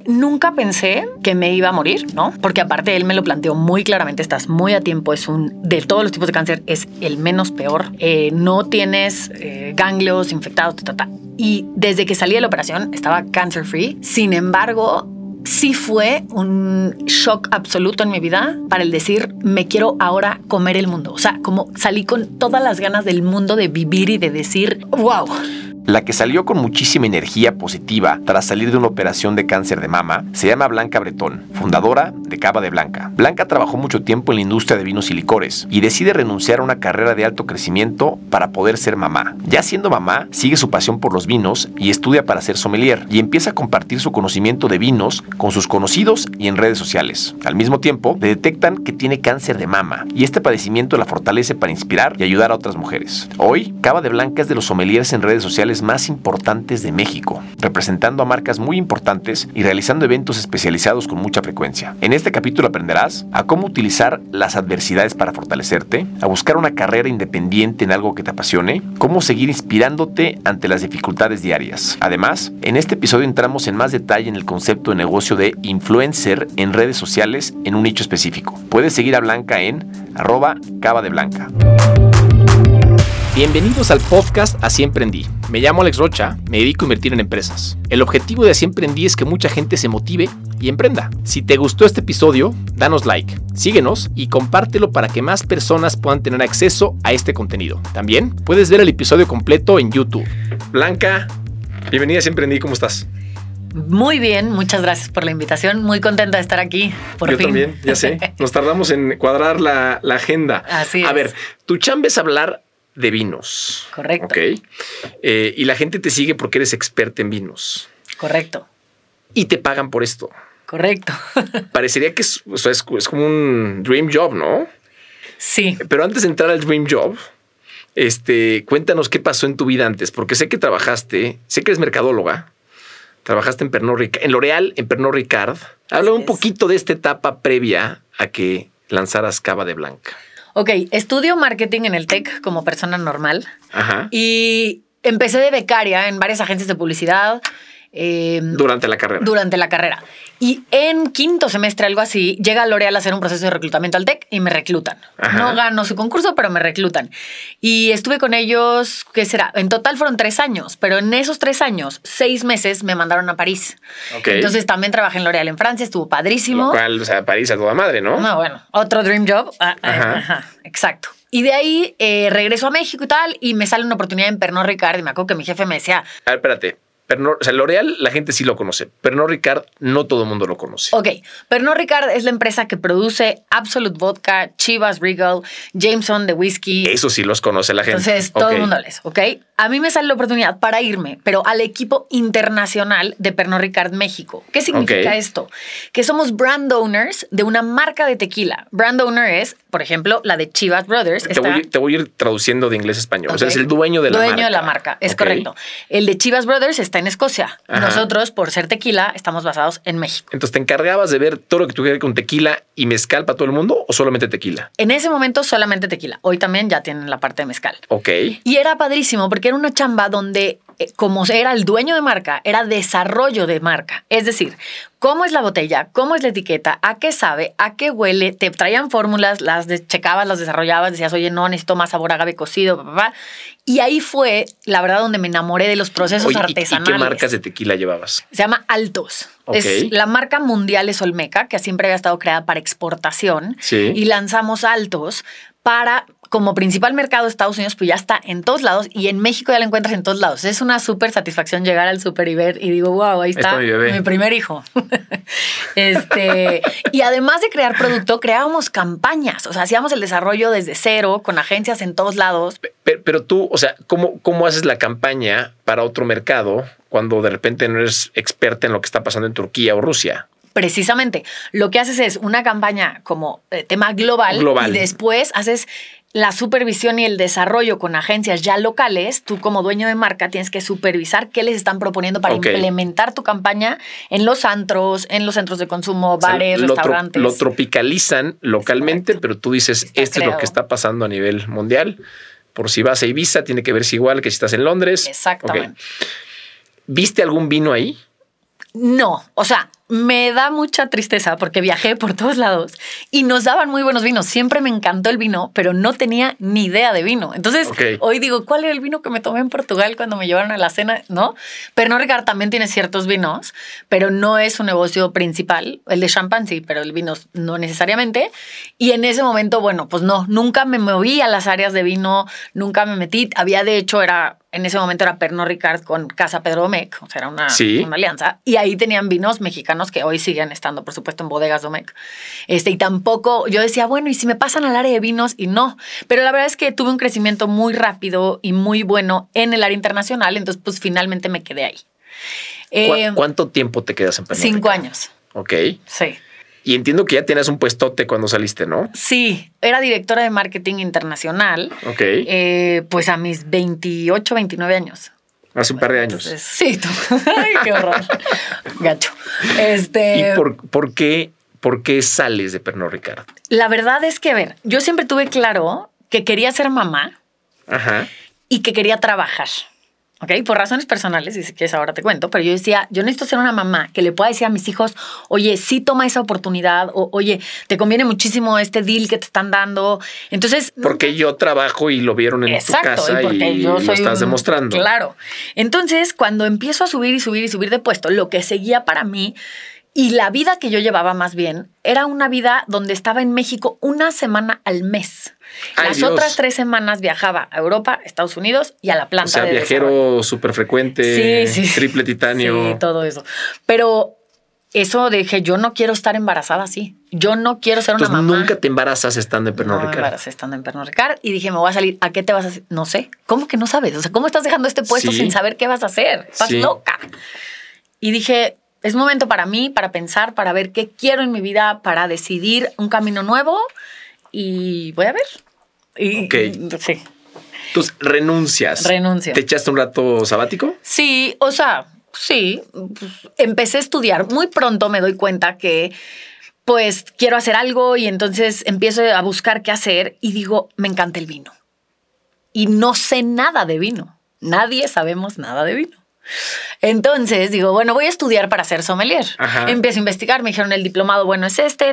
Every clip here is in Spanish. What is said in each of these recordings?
nunca pensé que me iba a morir, ¿no? Porque aparte él me lo planteó muy claramente, estás muy a tiempo, de todos los tipos de cáncer, es el menos peor. No tienes ganglios infectados, Y desde que salí de la operación estaba cancer free. Sin embargo, sí fue un shock absoluto en mi vida para el decir, me quiero ahora comer el mundo. O sea, como salí con todas las ganas del mundo de vivir y de decir, wow. La que salió con muchísima energía positiva tras salir de una operación de cáncer de mama se llama Blanca Bretón, fundadora de Cava de Blanca. Blanca trabajó mucho tiempo en la industria de vinos y licores y decide renunciar a una carrera de alto crecimiento para poder ser mamá. Ya siendo mamá, sigue su pasión por los vinos y estudia para ser sommelier y empieza a compartir su conocimiento de vinos con sus conocidos y en redes sociales. Al mismo tiempo, le detectan que tiene cáncer de mama y este padecimiento la fortalece para inspirar y ayudar a otras mujeres. Hoy, Cava de Blanca es de los sommeliers en redes sociales más importantes de México, representando a marcas muy importantes y realizando eventos especializados con mucha frecuencia. En este capítulo aprenderás a cómo utilizar las adversidades para fortalecerte, a buscar una carrera independiente en algo que te apasione, cómo seguir inspirándote ante las dificultades diarias. Además, en este episodio entramos en más detalle en el concepto de negocio de influencer en redes sociales en un nicho específico. Puedes seguir a Blanca en @cavadeblanca. Bienvenidos al podcast Así Emprendí. Me llamo Alex Rocha, me dedico a invertir en empresas. El objetivo de Así Emprendí es que mucha gente se motive y emprenda. Si te gustó este episodio, danos like, síguenos y compártelo para que más personas puedan tener acceso a este contenido. También puedes ver el episodio completo en YouTube. Blanca, bienvenida a Así Emprendí, ¿cómo estás? Muy bien, muchas gracias por la invitación. Muy contenta de estar aquí, por fin. Yo también, ya sé. Nos tardamos en cuadrar la agenda. Así es. A ver, tu chamba es hablar de vinos. Correcto. Ok. Y la gente te sigue porque eres experta en vinos. Correcto. Y te pagan por esto. Correcto. Parecería que es como un dream job, ¿no? Sí. Pero antes de entrar al dream job, cuéntanos qué pasó en tu vida antes, porque sé que eres mercadóloga, trabajaste en L'Oréal, en Pernod Ricard. Habla un poquito de esta etapa previa a que lanzaras Cava de Blanca. Ok, estudio marketing en el TEC como persona normal. Ajá. Y empecé de becaria en varias agencias de publicidad. Durante la carrera. Y en quinto semestre, algo así, llega L'Oréal a hacer un proceso de reclutamiento al TEC y me reclutan. Ajá. No gano su concurso, pero me reclutan. Y estuve con ellos, ¿qué será? En total fueron 3 años, pero en esos 3 años, 6 meses me mandaron a París. Okay. Entonces también trabajé en L'Oréal en Francia, estuvo padrísimo. Lo cual, París a toda madre, ¿no? No, bueno, otro dream job. Ajá, exacto. Y de ahí regreso a México y tal, y me sale una oportunidad en Pernod Ricard. Y me acuerdo que mi jefe me decía... A ver, espérate. L'Oréal la gente sí lo conoce. Pernod Ricard no todo el mundo lo conoce. Ok. Pernod Ricard es la empresa que produce Absolut Vodka, Chivas Regal, Jameson de whisky. Eso sí los conoce la gente. Entonces, todo el mundo les, ¿ok? A mí me sale la oportunidad para irme, pero al equipo internacional de Pernod Ricard México. ¿Qué significa esto? Que somos brand owners de una marca de tequila. Brand owner es, por ejemplo, la de Chivas Brothers. Te voy a ir traduciendo de inglés a español. Okay. O sea, es el dueño de la marca. Dueño de la marca, es correcto. El de Chivas Brothers está en Escocia. Ajá. Nosotros, por ser tequila, estamos basados en México. Entonces, ¿te encargabas de ver todo lo que tuviera que ver con tequila y mezcal para todo el mundo o solamente tequila? En ese momento, solamente tequila. Hoy también ya tienen la parte de mezcal. Ok. Y era padrísimo porque era una chamba donde, como era el dueño de marca, era desarrollo de marca. Es decir, cómo es la botella, cómo es la etiqueta, a qué sabe, a qué huele. Te traían fórmulas, checabas, las desarrollabas, decías, oye, no, necesito más sabor a agave cocido, papá. Y ahí fue, la verdad, donde me enamoré de los procesos artesanales. ¿Y qué marcas de tequila llevabas? Se llama Altos. Okay. Es la marca mundial es Olmeca, que siempre había estado creada para exportación. Sí. Y lanzamos Altos para, como principal mercado de Estados Unidos, pues ya está en todos lados. Y en México ya la encuentras en todos lados. Es una súper satisfacción llegar al súper y ver y digo, wow, ahí está mi primer hijo. Y además de crear producto, creábamos campañas. O sea, hacíamos el desarrollo desde cero, con agencias en todos lados. Pero tú, o sea, ¿cómo haces la campaña para otro mercado cuando de repente no eres experta en lo que está pasando en Turquía o Rusia? Precisamente. Lo que haces es una campaña como tema global. Y después haces la supervisión y el desarrollo con agencias ya locales. Tú como dueño de marca tienes que supervisar qué les están proponiendo para implementar tu campaña en los antros, en los centros de consumo, bares, restaurantes. Lo tropicalizan localmente, pero tú dices, esto es lo que está pasando a nivel mundial. Por si vas a Ibiza, tiene que verse igual que si estás en Londres. Exactamente. ¿Viste algún vino ahí? No, o sea, me da mucha tristeza porque viajé por todos lados y nos daban muy buenos vinos. Siempre me encantó el vino, pero no tenía ni idea de vino. Entonces, hoy digo, ¿cuál era el vino que me tomé en Portugal cuando me llevaron a la cena? ¿No? Pernod Ricard también tiene ciertos vinos, pero no es un negocio principal. El de champán sí, pero el vino no necesariamente. Y en ese momento, bueno, pues no, nunca me moví a las áreas de vino, nunca me metí. Había, de hecho, en ese momento era Pernod Ricard con Casa Pedro Domecq, o sea, era una alianza. Y ahí tenían vinos mexicanos que hoy siguen estando, por supuesto, en bodegas Domecq. Y tampoco, yo decía, bueno, ¿y si me pasan al área de vinos? Y no. Pero la verdad es que tuve un crecimiento muy rápido y muy bueno en el área internacional, entonces pues finalmente me quedé ahí. ¿Cuánto tiempo te quedas en Pernod Ricard? 5 años. Ok. Sí. Y entiendo que ya tenías un puestote cuando saliste, ¿no? Sí, era directora de marketing internacional. Ok. Pues a mis 28, 29 años. Hace un par de años. Entonces, sí, tú. Ay, qué horror. Gacho. ¿Y por qué sales de Pernod Ricard? La verdad es que, a ver, yo siempre tuve claro que quería ser mamá. Ajá. Y que quería trabajar. ¿Ok? Por razones personales, y si quieres ahora te cuento, pero yo decía, yo necesito ser una mamá que le pueda decir a mis hijos, oye, sí toma esa oportunidad, o oye, te conviene muchísimo este deal que te están dando. Entonces... Porque yo trabajo y lo vieron en tu casa y yo lo estás demostrando. Claro. Entonces, cuando empiezo a subir y subir y subir de puesto, lo que seguía para mí y la vida que yo llevaba más bien era una vida donde estaba en México una semana al mes. Las otras 3 semanas viajaba a Europa, Estados Unidos y a la planta. O sea, viajero súper frecuente, sí, triple titanio. Sí, todo eso. Pero eso dije, yo no quiero estar embarazada así. Yo no quiero ser una mamá. ¿Nunca te embarazas estando en Pernod Ricard? No me embaracé estando en Pernod Ricard y dije, me voy a salir. ¿A qué te vas a hacer? No sé. ¿Cómo que no sabes? O sea, ¿cómo estás dejando este puesto sin saber qué vas a hacer? Estás loca. Y dije, es momento para mí, para pensar, para ver qué quiero en mi vida, para decidir un camino nuevo y voy a ver. Sí. Entonces, renuncias. Renuncio. ¿Te echaste un rato sabático? Sí, o sea, sí. Pues, empecé a estudiar. Muy pronto me doy cuenta que, pues, quiero hacer algo y entonces empiezo a buscar qué hacer y digo, me encanta el vino. Y no sé nada de vino. Nadie sabemos nada de vino. Entonces digo, bueno, voy a estudiar para ser sommelier. Ajá. Empiezo a investigar, me dijeron el diplomado, bueno, es este,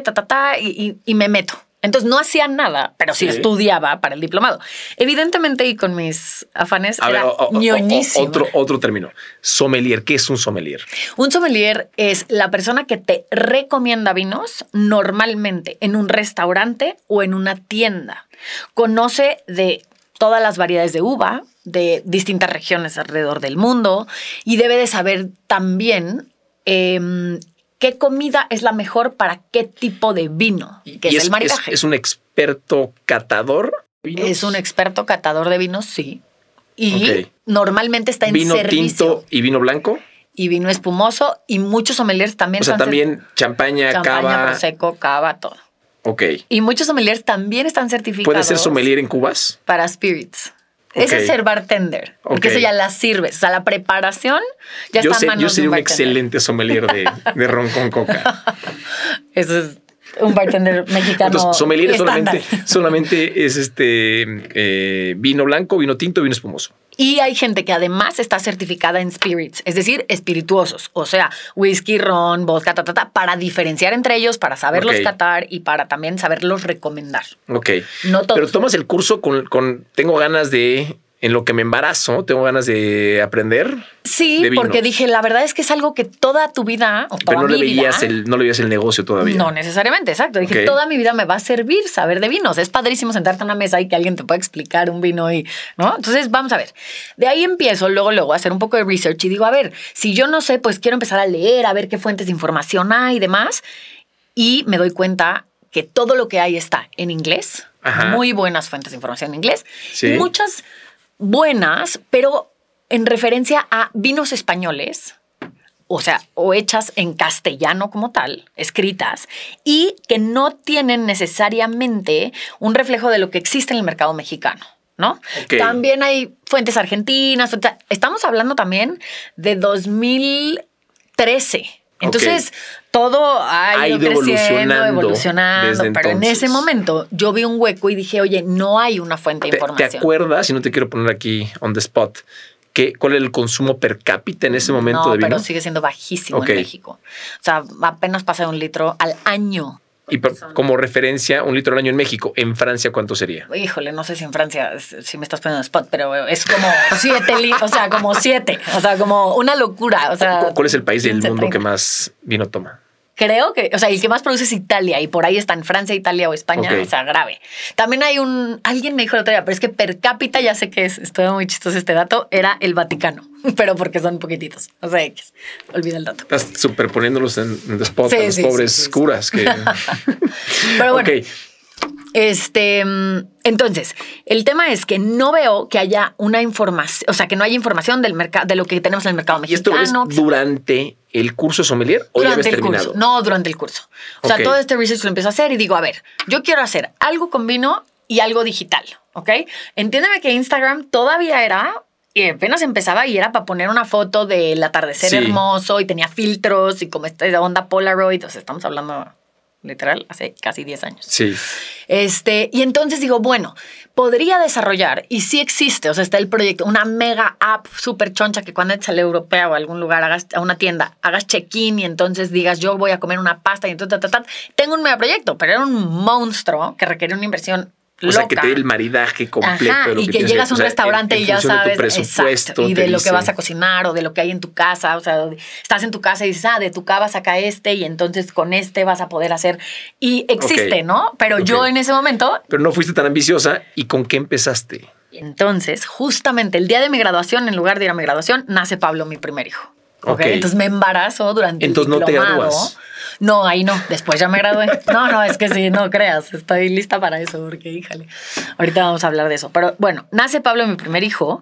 y me meto. Entonces no hacía nada, pero sí estudiaba para el diplomado. Evidentemente, y con mis afanes, era ñoñísimo. Otro término. Sommelier. ¿Qué es un sommelier? Un sommelier es la persona que te recomienda vinos normalmente en un restaurante o en una tienda. Conoce de todas las variedades de uva, de distintas regiones alrededor del mundo y debe de saber también qué comida es la mejor para qué tipo de vino, que es el maridaje. ¿Es un experto catador de vinos? Es un experto catador de vinos, sí. Y normalmente está en vino servicio. ¿Vino tinto y vino blanco? Y vino espumoso y muchos sommeliers también. O sea, también champaña, cava. Prosecco, cava, todo. Ok. Y muchos sommeliers también están certificados. ¿Puede ser sommelier en cubas? Para spirits. Ese es ser bartender, porque eso ya la sirves. O sea, la preparación ya está en manos de un bartender. Yo sería un excelente sommelier de ron con coca. Eso es un bartender mexicano. Entonces, sommelier solamente es vino blanco, vino tinto, vino espumoso. Y hay gente que además está certificada en spirits, es decir, espirituosos. O sea, whisky, ron, vodka, para diferenciar entre ellos, para saberlos catar y para también saberlos recomendar. Ok. No todos. Pero tomas el curso con tengo ganas de... En lo que me embarazo, tengo ganas de aprender. Sí, porque dije, la verdad es que es algo que toda tu vida, o toda Pero no mi le vida, veías el negocio todavía. No necesariamente, exacto. Dije, toda mi vida me va a servir saber de vinos. Es padrísimo sentarte a una mesa y que alguien te pueda explicar un vino y, ¿no? Entonces, vamos a ver. De ahí empiezo luego a hacer un poco de research y digo, a ver, si yo no sé, pues quiero empezar a leer, a ver qué fuentes de información hay y demás. Y me doy cuenta que todo lo que hay está en inglés. Ajá. Muy buenas fuentes de información en inglés. Sí. Y muchas buenas, pero en referencia a vinos españoles, o sea, o hechas en castellano como tal, escritas, y que no tienen necesariamente un reflejo de lo que existe en el mercado mexicano, ¿no? Okay. También hay fuentes argentinas. Estamos hablando también de 2013. Entonces, todo ha ido creciendo, evolucionando, pero en ese momento yo vi un hueco y dije, oye, no hay una fuente de información. ¿Te acuerdas, y no te quiero poner aquí on the spot, ¿Cuál era el consumo per cápita en ese momento de vino? Pero sigue siendo bajísimo en México. O sea, apenas pasa 1 litro al año. Y como referencia, 1 litro al año en México. ¿En Francia cuánto sería? Híjole, no sé si en Francia, si me estás poniendo en spot, pero es como 7 litros, o sea, como 7. O sea, como una locura. O sea, ¿cuál es el país del mundo que más vino toma? Creo que, o sea, el que más produce es Italia y por ahí están Francia, Italia o España, o sea, grave. También hay alguien me dijo el otro día, pero es que per cápita, ya sé que estuvo muy chistoso este dato, era el Vaticano, pero porque son poquititos, o sea, olvida el dato. Estás superponiéndolos en spot a los pobres curas. Que... Pero bueno. Entonces, el tema es que no veo que haya una información, o sea, que no haya información del mercado, de lo que tenemos en el mercado mexicano. ¿Y esto es durante el curso sommelier o ya habías terminado? Curso. No, durante el curso. O sea, todo este research lo empiezo a hacer y digo, a ver, yo quiero hacer algo con vino y algo digital, ¿ok? Entiéndeme que Instagram todavía era... Y apenas empezaba y era para poner una foto del atardecer hermoso y tenía filtros y como esta onda Polaroid. O sea, estamos hablando... literal, hace casi 10 años. Sí. Y entonces digo, bueno, podría desarrollar, y sí existe, o sea, está el proyecto, una mega app súper choncha que cuando entres a la europea o a algún lugar, hagas a una tienda, hagas check-in y entonces digas, yo voy a comer una pasta y entonces, tengo un mega proyecto, pero era un monstruo que requería una inversión loca. O sea, que te dé el maridaje completo. Ajá, y que llegas a un restaurante y ya sabes exacto, y de lo que vas a cocinar o de lo que hay en tu casa. O sea, estás en tu casa y dices, de tu cava saca y entonces con vas a poder hacer. Y existe, ¿no? Pero yo en ese momento... Pero no fuiste tan ambiciosa. ¿Y con qué empezaste? Entonces, justamente el día de mi graduación, en lugar de ir a mi graduación, nace Pablo, mi primer hijo. Entonces me embarazo durante el diplomado. Entonces no te gradúas. No, ahí no. Después ya me gradué. No, es que sí, no creas. Estoy lista para eso porque, híjale, ahorita vamos a hablar de eso. Pero bueno, nace Pablo, mi primer hijo.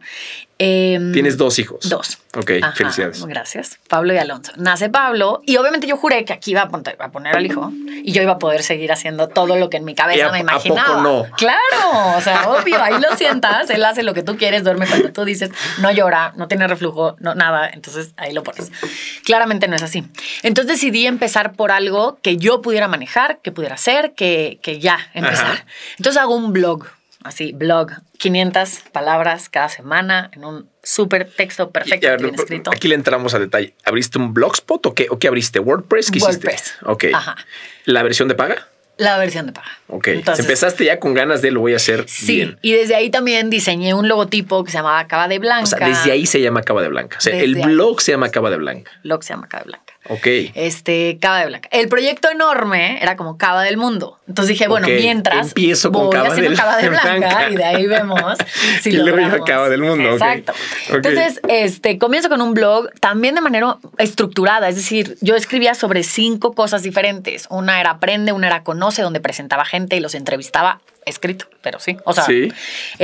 ¿Tienes 2 hijos? 2. Ok, felicidades. Gracias. Pablo y Alonso. Nace Pablo y obviamente yo juré que aquí iba a poner al hijo y yo iba a poder seguir haciendo todo lo que en mi cabeza me imaginaba. ¿A poco no? Claro, o sea, obvio, ahí lo sientas, él hace lo que tú quieres, duerme cuando tú dices, no llora, no tiene reflujo, no nada, entonces ahí lo pones. Claramente no es así. Entonces decidí empezar por algo que yo pudiera manejar, que pudiera hacer, que ya empezar. Ajá. Entonces hago un blog. Así, blog, 500 palabras cada semana en un súper texto perfecto bien escrito. Aquí le entramos a detalle. ¿Abriste un blogspot o qué abriste? ¿WordPress? ¿Qué hiciste? WordPress. Ok. Ajá. ¿La versión de paga? La versión de paga. Ok. Entonces, empezaste ya con ganas de lo voy a hacer bien. Y desde ahí también diseñé un logotipo que se llamaba Cava de Blanca. O sea, desde ahí se llama Cava de Blanca. O sea, el blog se llama Cava de Blanca. El blog se llama Cava de Blanca. Ok. Cava de Blanca. El proyecto enorme era como Cava del Mundo. Entonces dije, bueno, mientras empiezo con voy Cava haciendo Cava de Blanca y de ahí vemos si y luego ya Cava del Mundo. Exacto. Okay. Entonces, comienzo con un blog también de manera estructurada. Es decir, yo escribía sobre 5 cosas diferentes. Una era Aprende, una era Conoce, donde presentaba gente y los entrevistaba. Escrito, pero sí. O sea, ¿sí?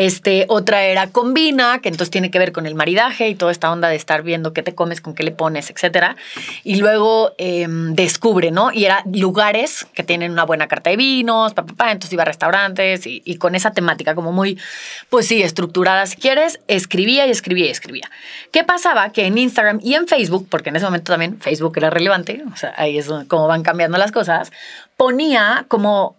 Otra era Combina, que entonces tiene que ver con el maridaje y toda esta onda de estar viendo qué te comes, con qué le pones, etcétera. Y luego Descubre, ¿no? Y era lugares que tienen una buena carta de vinos, entonces iba a restaurantes y con esa temática como muy, pues sí, estructurada si quieres, escribía. ¿Qué pasaba? Que en Instagram y en Facebook, porque en ese momento también Facebook era relevante, o sea, ahí es como van cambiando las cosas, ponía como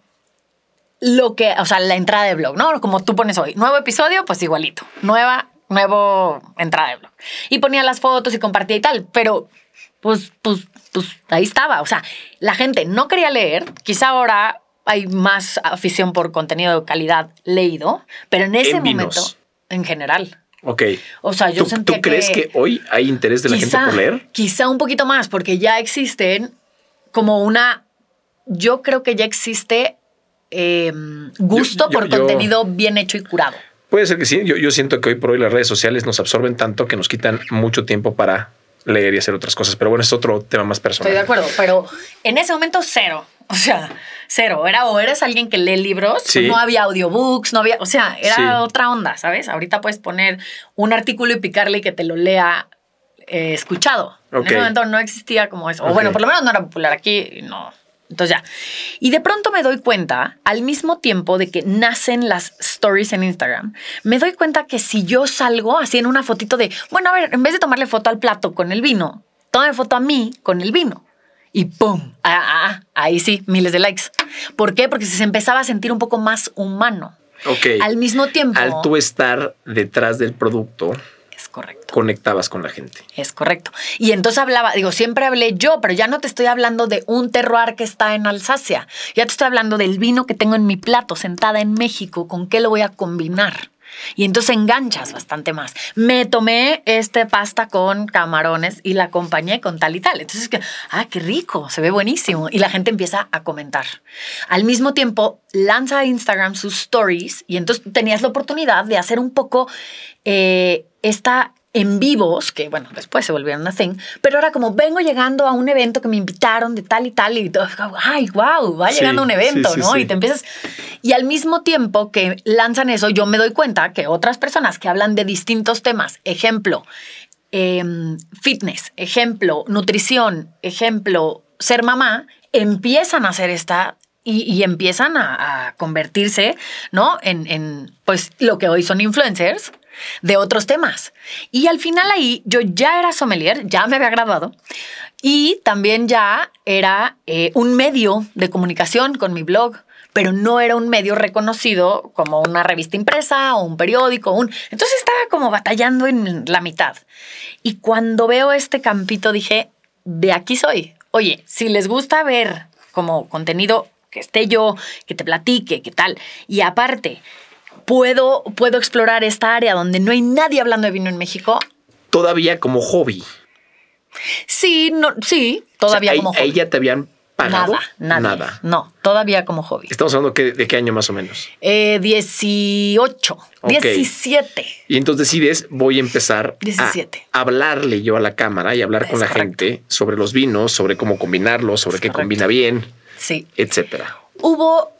la entrada de blog, ¿no? Como tú pones hoy, nuevo episodio, pues igualito. Nuevo entrada de blog. Y ponía las fotos y compartía y tal, pero pues ahí estaba. O sea, la gente no quería leer. Quizá ahora hay más afición por contenido de calidad leído, pero en ese momento, en general. Ok. O sea, yo sentía ¿Tú crees que hoy hay interés de la gente por leer? Quizá un poquito más, porque ya existen como yo creo que ya existe gusto por contenido bien hecho y curado. Puede ser que sí. Yo siento que hoy por hoy las redes sociales nos absorben tanto que nos quitan mucho tiempo para leer y hacer otras cosas. Pero bueno, es otro tema más personal. Estoy de acuerdo, pero en ese momento cero. O sea, cero. O eres alguien que lee libros, sí. No había audiobooks, no había... O sea, era otra onda, ¿sabes? Ahorita puedes poner un artículo y picarle y que te lo lea escuchado. En ese momento no existía como eso. O bueno, por lo menos no era popular aquí, no... Entonces ya. Y de pronto me doy cuenta, al mismo tiempo de que nacen las stories en Instagram, me doy cuenta que si yo salgo así en una fotito de, bueno, a ver, en vez de tomarle foto al plato con el vino, tómame foto a mí con el vino. Y ¡pum! Ahí sí, miles de likes. ¿Por qué? Porque se empezaba a sentir un poco más humano. Ok. Al mismo tiempo... Al tú estar detrás del producto... Es correcto. conectabas con la gente. Es correcto. Y entonces hablaba, siempre hablé yo, pero ya no te estoy hablando de un terroir que está en Alsacia. Ya te estoy hablando del vino que tengo en mi plato, sentada en México, con qué lo voy a combinar. Y entonces enganchas bastante más. Me tomé pasta con camarones y la acompañé con tal y tal. Entonces, qué rico, se ve buenísimo. Y la gente empieza a comentar. Al mismo tiempo, lanza a Instagram sus stories y entonces tenías la oportunidad de hacer un poco en vivos, que bueno, después se volvieron a thing, pero era como, vengo llegando a un evento que me invitaron de tal y tal, y ay, wow, va llegando a un evento, ¿no? Sí. Y te empiezas... Y al mismo tiempo que lanzan eso, yo me doy cuenta que otras personas que hablan de distintos temas, ejemplo, fitness, ejemplo, nutrición, ejemplo, ser mamá, empiezan a hacer y empiezan a convertirse, ¿no? En pues lo que hoy son influencers de otros temas. Y al final ahí yo ya era sommelier, ya me había graduado y también ya era un medio de comunicación con mi blog, pero no era un medio reconocido como una revista impresa o un periódico. Entonces estaba como batallando en la mitad. Y cuando veo este campito dije, de aquí soy. Oye, si les gusta ver como contenido que esté yo, que te platique, qué tal, y aparte... Puedo explorar esta área donde no hay nadie hablando de vino en México. Todavía como hobby. Sí, todavía como hobby. ¿Ahí ya te habían pagado? Nada. No, todavía como hobby. Estamos hablando de qué año más o menos. 18, okay. 17. Y entonces decides, voy a empezar 17. A hablarle yo a la cámara y hablar con la gente sobre los vinos, sobre cómo combinarlos, sobre qué combina bien, etcétera. Hubo...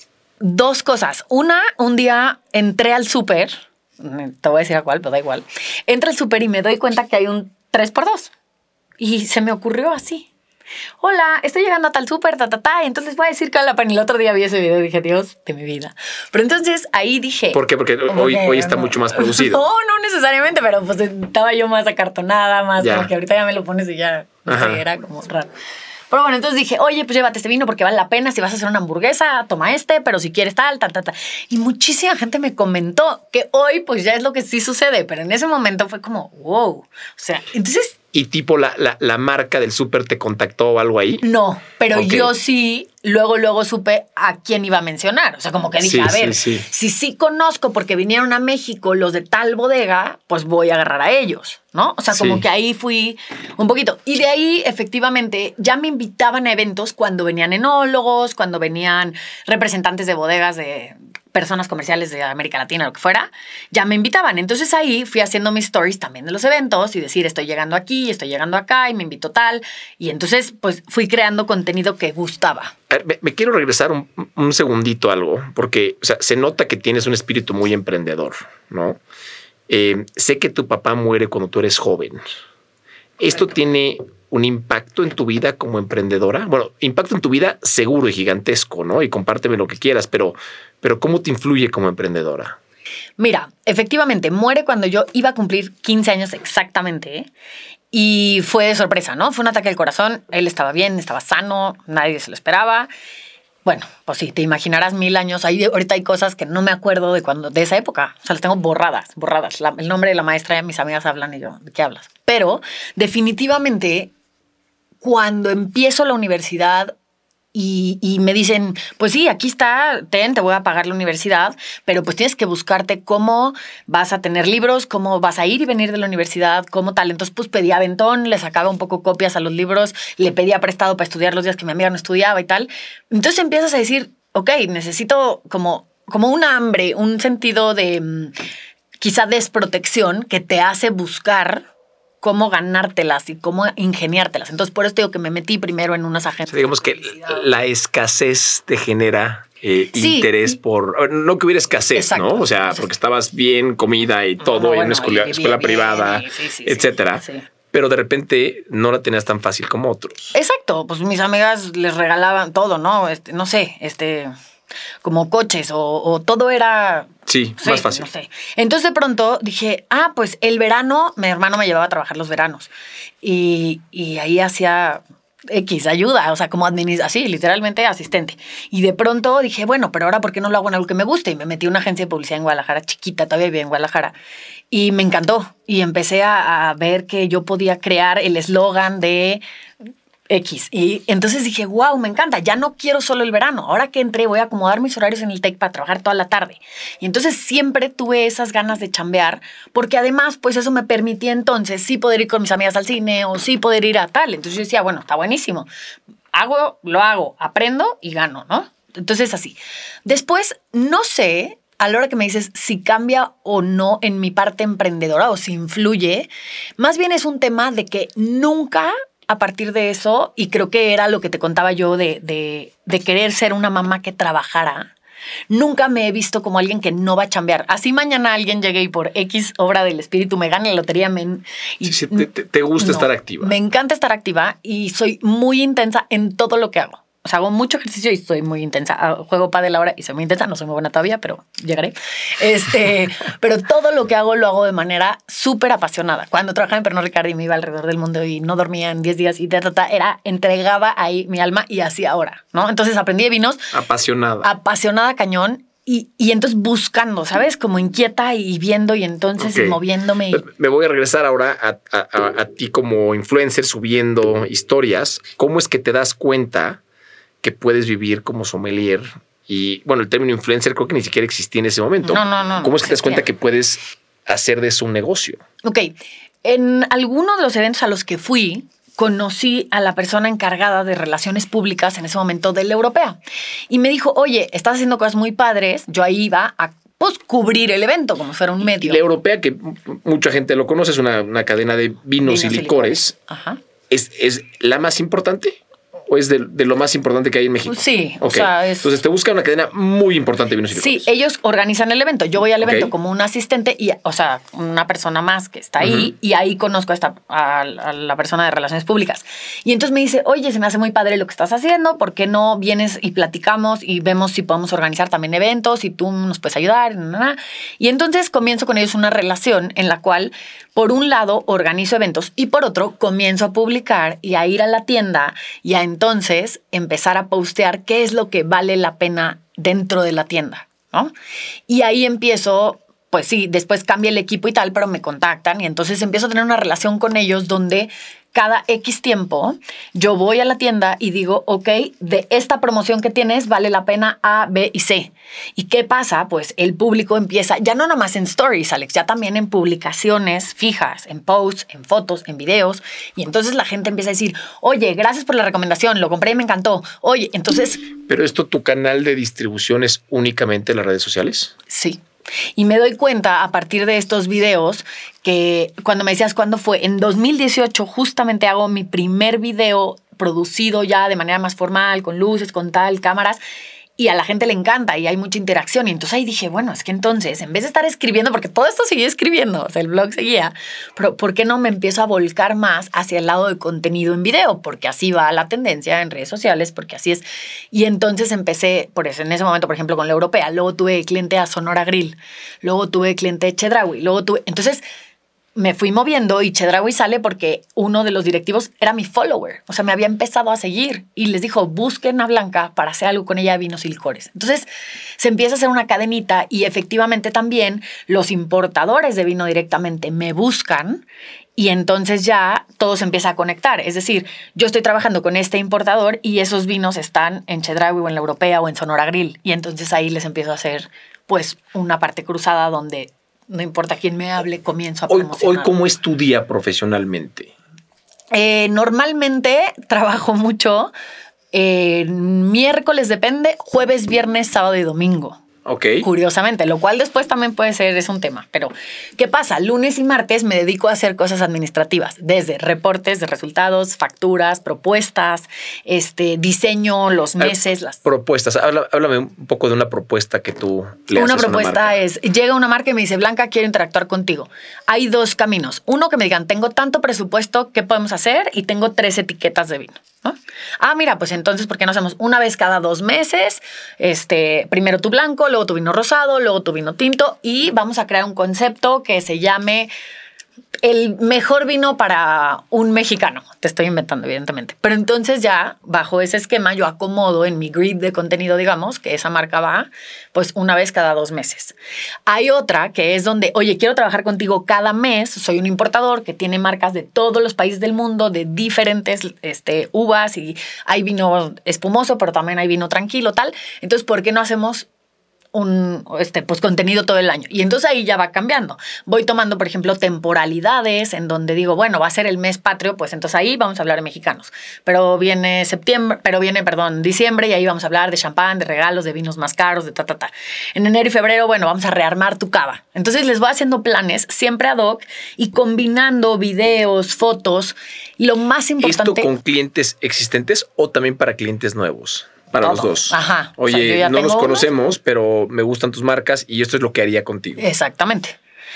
dos cosas. Un día entré al súper, te voy a decir a cuál, pero da igual. Entro al súper y me doy cuenta que hay un 3x2. Y se me ocurrió así. Hola, estoy llegando a tal súper, y entonces voy a decir que la pena. El otro día vi ese video y dije, Dios de mi vida. Pero entonces ahí dije... ¿Por qué? Porque hoy está mucho más producido. No necesariamente, pero pues estaba yo más acartonada, más como que ahorita ya me lo pones y ya, no sé, era como raro. Pero bueno, entonces dije, oye, pues llévate este vino porque vale la pena. Si vas a hacer una hamburguesa, toma pero si quieres tal. Y muchísima gente me comentó que hoy pues ya es lo que sí sucede. Pero en ese momento fue como, wow. O sea, entonces... ¿Y tipo la marca del súper te contactó o algo ahí? No, pero yo sí luego supe a quién iba a mencionar. O sea, como que dije, si sí conozco porque vinieron a México los de tal bodega, pues voy a agarrar a ellos, ¿no? O sea, como que ahí fui un poquito. Y de ahí, efectivamente, ya me invitaban a eventos cuando venían enólogos, cuando venían representantes de bodegas de personas comerciales de América Latina, lo que fuera, ya me invitaban. Entonces ahí fui haciendo mis stories también de los eventos y decir, estoy llegando aquí, estoy llegando acá y me invito tal. Y entonces pues fui creando contenido que gustaba. Me quiero regresar un segundito a algo, porque o sea, se nota que tienes un espíritu muy emprendedor, ¿no? Sé que tu papá muere cuando tú eres joven. ¿Esto tiene un impacto en tu vida como emprendedora? Bueno, impacto en tu vida seguro y gigantesco, ¿no? Y compárteme lo que quieras, pero ¿cómo te influye como emprendedora? Mira, efectivamente, muere cuando yo iba a cumplir 15 años exactamente, y fue de sorpresa, ¿no? Fue un ataque al corazón, él estaba bien, estaba sano, nadie se lo esperaba. Bueno, pues sí, te imaginarás 1000 años. Ahorita hay cosas que no me acuerdo de esa época. O sea, las tengo borradas. El nombre de la maestra, mis amigas hablan y yo, ¿de qué hablas? Pero definitivamente, cuando empiezo la universidad y me dicen, pues sí, aquí está, te voy a pagar la universidad, pero pues tienes que buscarte cómo vas a tener libros, cómo vas a ir y venir de la universidad, cómo tal. Entonces, pues pedí aventón, le sacaba un poco copias a los libros, le pedía prestado para estudiar los días que mi amiga no estudiaba y tal. Entonces empiezas a decir, ok, necesito como un hambre, un sentido de quizá desprotección que te hace buscar cómo ganártelas y cómo ingeniártelas. Entonces, por eso digo que me metí primero en unas agencias. O sea, digamos que la escasez te genera interés por... No que hubiera escasez, exacto, ¿no? O sea, porque estabas bien, comida y todo, y en una escuela privada, etcétera. Sí. Pero de repente no la tenías tan fácil como otros. Exacto. Pues mis amigas les regalaban todo, ¿no? No sé, como coches o todo era... Sí, más fácil. No sé. Entonces de pronto dije, pues el verano, mi hermano me llevaba a trabajar los veranos y ahí hacía ayuda, o sea, como así, literalmente asistente. Y de pronto dije, bueno, pero ahora ¿por qué no lo hago en algo que me guste? Y me metí a una agencia de publicidad en Guadalajara, chiquita, todavía vivía en Guadalajara. Y me encantó. Y empecé a ver que yo podía crear el eslogan de X. Y entonces dije, wow, me encanta. Ya no quiero solo el verano. Ahora que entré voy a acomodar mis horarios en el TEC para trabajar toda la tarde. Y entonces siempre tuve esas ganas de chambear porque además pues eso me permitía entonces sí poder ir con mis amigas al cine o sí poder ir a tal. Entonces yo decía, bueno, está buenísimo. Lo hago, aprendo y gano, ¿no? Entonces así. Después, no sé, a la hora que me dices si cambia o no en mi parte emprendedora o si influye, más bien es un tema de que nunca a partir de eso, y creo que era lo que te contaba yo de querer ser una mamá que trabajara, nunca me he visto como alguien que no va a chambear. Así mañana alguien llegue y por X obra del espíritu me gane la lotería. Te gusta estar activa. Me encanta estar activa y soy muy intensa en todo lo que hago. O sea, hago mucho ejercicio y soy muy intensa. Juego pádel ahora y soy muy intensa. No soy muy buena todavía, pero llegaré. Pero todo lo que hago lo hago de manera súper apasionada. Cuando trabajaba en Pernod Ricard y me iba alrededor del mundo y no dormía en 10 días y entregaba ahí mi alma y así ahora, ¿no? Entonces aprendí de vinos. Apasionada cañón. Y entonces buscando, ¿sabes? Como inquieta y viendo y entonces moviéndome. Me voy a regresar ahora a ti como influencer subiendo historias. ¿Cómo es que te das cuenta que puedes vivir como sommelier? Y bueno, el término influencer creo que ni siquiera existía en ese momento. No. ¿Cómo es que te das cuenta que puedes hacer de eso un negocio? Ok. En algunos de los eventos a los que fui, conocí a la persona encargada de relaciones públicas en ese momento de la europea. Y me dijo, oye, estás haciendo cosas muy padres. Yo ahí iba a cubrir el evento como si fuera un medio. La europea, que mucha gente lo conoce, es una cadena de vinos y licores. Ajá. ¿Es la más importante? ¿O es de lo más importante que hay en México? Sí. Okay. O sea, entonces te busca una cadena muy importante de vinos y licores. Sí, ellos organizan el evento. Yo voy al evento como un asistente y, o sea, una persona más que está ahí y ahí conozco a la persona de relaciones públicas. Y entonces me dice, oye, se me hace muy padre lo que estás haciendo. ¿Por qué no vienes y platicamos y vemos si podemos organizar también eventos y tú nos puedes ayudar? Y entonces comienzo con ellos una relación en la cual, por un lado, organizo eventos y por otro, comienzo a publicar y a ir a la tienda y a entonces empezar a postear qué es lo que vale la pena dentro de la tienda, ¿no? Y ahí empiezo, pues sí, después cambia el equipo y tal, pero me contactan y entonces empiezo a tener una relación con ellos donde cada X tiempo yo voy a la tienda y digo, ok, de esta promoción que tienes vale la pena A, B y C. ¿Y qué pasa? Pues el público empieza, ya no nada más en stories, Alex, ya también en publicaciones fijas, en posts, en fotos, en videos. Y entonces la gente empieza a decir, oye, gracias por la recomendación, lo compré y me encantó. Oye, entonces... ¿Pero esto, tu canal de distribución es únicamente las redes sociales? Sí. Y me doy cuenta a partir de estos videos que cuando me decías cuándo fue, en 2018 justamente hago mi primer video producido ya de manera más formal, con luces, con tal, cámaras, y a la gente le encanta y hay mucha interacción. Y entonces ahí dije, bueno, es que entonces, en vez de estar escribiendo, porque todo esto seguía escribiendo, o sea, el blog seguía, pero ¿por qué no me empiezo a volcar más hacia el lado de contenido en video? Porque así va la tendencia en redes sociales, porque así es. Y entonces empecé, por eso, en ese momento, por ejemplo, con la europea, luego tuve cliente a Sonora Grill, luego tuve cliente de Chedraui, entonces me fui moviendo y Chedraui sale porque uno de los directivos era mi follower. O sea, me había empezado a seguir y les dijo, busquen a Blanca para hacer algo con ella de vinos y licores. Entonces se empieza a hacer una cadenita y efectivamente también los importadores de vino directamente me buscan y entonces ya todo se empieza a conectar. Es decir, yo estoy trabajando con este importador y esos vinos están en Chedraui o en la europea o en Sonora Grill. Y entonces ahí les empiezo a hacer pues una parte cruzada donde no importa quién me hable, comienzo a promocionar. Hoy, ¿cómo es tu día profesionalmente? Normalmente trabajo mucho. Miércoles depende, jueves, viernes, sábado y domingo. Ok. Curiosamente, lo cual después también puede ser, es un tema. Pero, ¿qué pasa? Lunes y martes me dedico a hacer cosas administrativas, desde reportes de resultados, facturas, propuestas, diseño, los meses. Las propuestas. Háblame un poco de una propuesta que tú le haces. Una propuesta es, llega una marca y me dice, Blanca, quiero interactuar contigo. Hay dos caminos. Uno, que me digan, tengo tanto presupuesto, ¿qué podemos hacer? Y tengo 3 etiquetas de vino, ¿no? Ah, mira, pues entonces, ¿por qué no hacemos una vez cada 2 meses? Primero tu blanco, luego tu vino rosado, luego tu vino tinto y vamos a crear un concepto que se llame el mejor vino para un mexicano. Te estoy inventando, evidentemente. Pero entonces ya, bajo ese esquema, yo acomodo en mi grid de contenido, digamos, que esa marca va, pues una vez cada 2 meses. Hay otra que es donde, oye, quiero trabajar contigo cada mes. Soy un importador que tiene marcas de todos los países del mundo, de diferentes uvas, y hay vino espumoso, pero también hay vino tranquilo, tal. Entonces, ¿por qué no hacemos pues contenido todo el año? Y entonces ahí ya va cambiando. Voy tomando, por ejemplo, temporalidades en donde digo, bueno, va a ser el mes patrio, pues entonces ahí vamos a hablar de mexicanos. Pero viene diciembre, y ahí vamos a hablar de champán, de regalos, de vinos más caros, de ta. En enero y febrero, bueno, vamos a rearmar tu cava. Entonces les voy haciendo planes siempre ad hoc y combinando videos, fotos. Lo más importante... ¿Esto con clientes existentes o también para clientes nuevos? Para todo. Los dos. Ajá. Oye, no nos conocemos, pero me gustan tus marcas y esto es lo que haría contigo. Exactamente.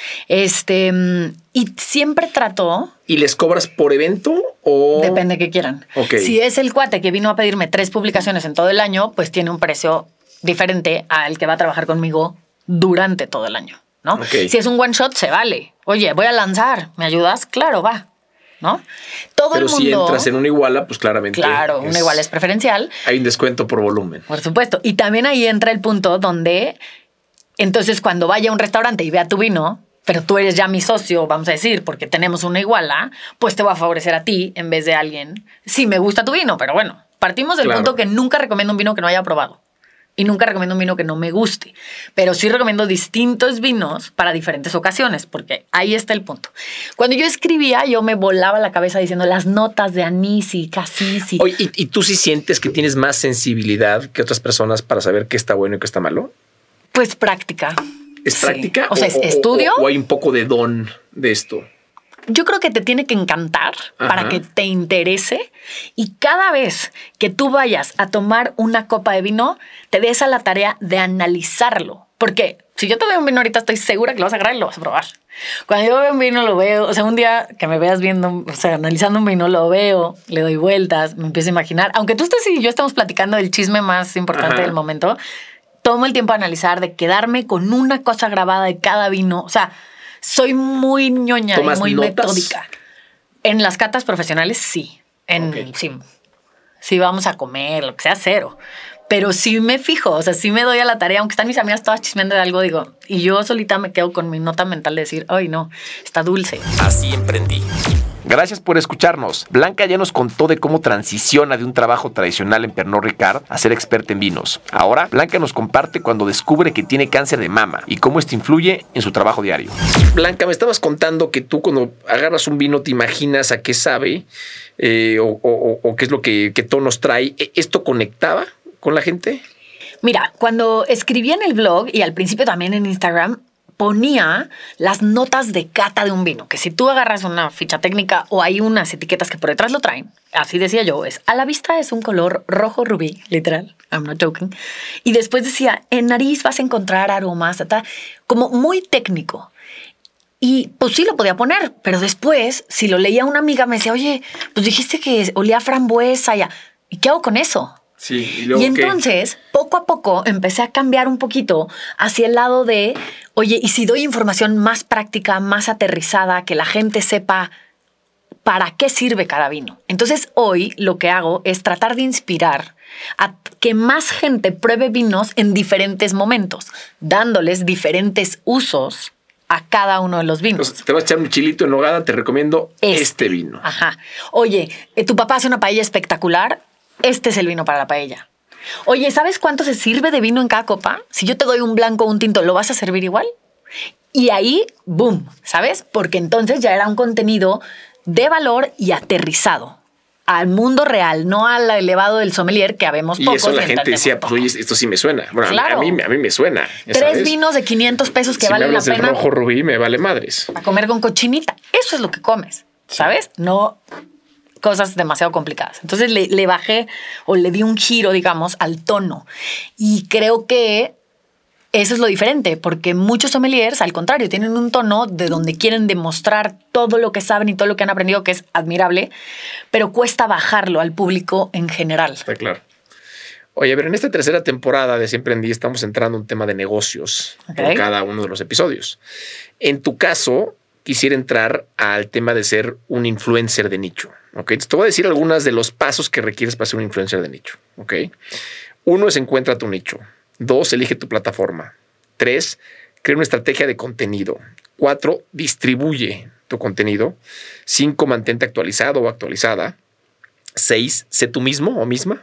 Y siempre trato... ¿Y les cobras por evento o...? Depende que quieran. Okay. Si es el cuate que vino a pedirme 3 publicaciones en todo el año, pues tiene un precio diferente al que va a trabajar conmigo durante todo el año, ¿no? Okay. Si es un one shot, se vale. Oye, voy a lanzar, ¿me ayudas? Claro, va. ¿No? Todo Pero el mundo, si entras en una iguala, pues claramente. Claro, una iguala es preferencial. Hay un descuento por volumen. Por supuesto. Y también ahí entra el punto donde, entonces, cuando vaya a un restaurante y vea tu vino, pero tú eres ya mi socio, vamos a decir, porque tenemos una iguala, pues te va a favorecer a ti en vez de a alguien. Sí, me gusta tu vino, pero bueno, partimos del punto que nunca recomiendo un vino que no haya probado. Y nunca recomiendo un vino que no me guste. Pero sí recomiendo distintos vinos para diferentes ocasiones, porque ahí está el punto. Cuando yo escribía, yo me volaba la cabeza diciendo las notas de anís y casis. Oye, ¿y tú sí sientes que tienes más sensibilidad que otras personas para saber qué está bueno y qué está malo? Pues práctica. ¿Es práctica? O sea, estudio. O hay un poco de don de esto. Yo creo que te tiene que encantar para que te interese, y cada vez que tú vayas a tomar una copa de vino, te des a la tarea de analizarlo. Porque si yo te doy un vino ahorita, estoy segura que lo vas a agarrar y lo vas a probar. Cuando yo veo un vino, lo veo. O sea, un día que me veas viendo, o sea, analizando un vino, lo veo, le doy vueltas, me empiezo a imaginar. Aunque tú estés y yo estamos platicando del chisme más importante del momento, tomo el tiempo a analizar, de quedarme con una cosa grabada de cada vino. O sea, soy muy ñoña y muy metódica. En las catas profesionales, sí. Sí, vamos a comer, lo que sea, cero. Pero sí me fijo, o sea, sí me doy a la tarea, aunque están mis amigas todas chismeando de algo, digo, y yo solita me quedo con mi nota mental de decir, ay, no, está dulce. Así emprendí. Gracias por escucharnos. Blanca ya nos contó de cómo transiciona de un trabajo tradicional en Pernod Ricard a ser experta en vinos. Ahora, Blanca nos comparte cuando descubre que tiene cáncer de mama y cómo esto influye en su trabajo diario. Blanca, me estabas contando que tú cuando agarras un vino te imaginas a qué sabe o qué es lo que tonos trae. ¿Esto conectaba con la gente? Mira, cuando escribía en el blog y al principio también en Instagram, ponía las notas de cata de un vino, que si tú agarras una ficha técnica o hay unas etiquetas que por detrás lo traen, así decía yo, a la vista es un color rojo rubí, literal, I'm not joking, y después decía, en nariz vas a encontrar aromas, como muy técnico. Y pues sí lo podía poner, pero después, si lo leía una amiga, me decía, oye, pues dijiste que olía a frambuesa, ¿y qué hago con eso? Sí, y entonces, poco a poco, empecé a cambiar un poquito hacia el lado de, oye, ¿y si doy información más práctica, más aterrizada, que la gente sepa para qué sirve cada vino? Entonces, hoy lo que hago es tratar de inspirar a que más gente pruebe vinos en diferentes momentos, dándoles diferentes usos a cada uno de los vinos. Entonces, te vas a echar un chilito en nogada, te recomiendo este vino. Ajá. Oye, tu papá hace una paella espectacular. Este es el vino para la paella. Oye, ¿sabes cuánto se sirve de vino en cada copa? Si yo te doy un blanco o un tinto, ¿lo vas a servir igual? Y ahí, boom, ¿sabes? Porque entonces ya era un contenido de valor y aterrizado al mundo real, no al elevado del sommelier, que habemos pocos. Y eso la gente decía, pues oye, esto sí me suena. Bueno, claro. a mí me suena. 3 vinos de 500 pesos que valen la pena. Si me hablas del rojo rubí, me vale madres. A comer con cochinita. Eso es lo que comes, ¿sabes? No cosas demasiado complicadas. Entonces le bajé o le di un giro, digamos, al tono. Y creo que eso es lo diferente, porque muchos sommeliers, al contrario, tienen un tono de donde quieren demostrar todo lo que saben y todo lo que han aprendido, que es admirable, pero cuesta bajarlo al público en general. Está claro. Oye, pero en esta tercera temporada de Siempre en Día estamos entrando en un tema de negocios por cada uno de los episodios. En tu caso, quisiera entrar al tema de ser un influencer de nicho. ¿Ok? Entonces te voy a decir algunos de los pasos que requieres para ser un influencer de nicho. ¿Ok? 1 es encuentra tu nicho. 2, elige tu plataforma. 3, crea una estrategia de contenido. 4, distribuye tu contenido. 5, mantente actualizado o actualizada. 6, sé tú mismo o misma.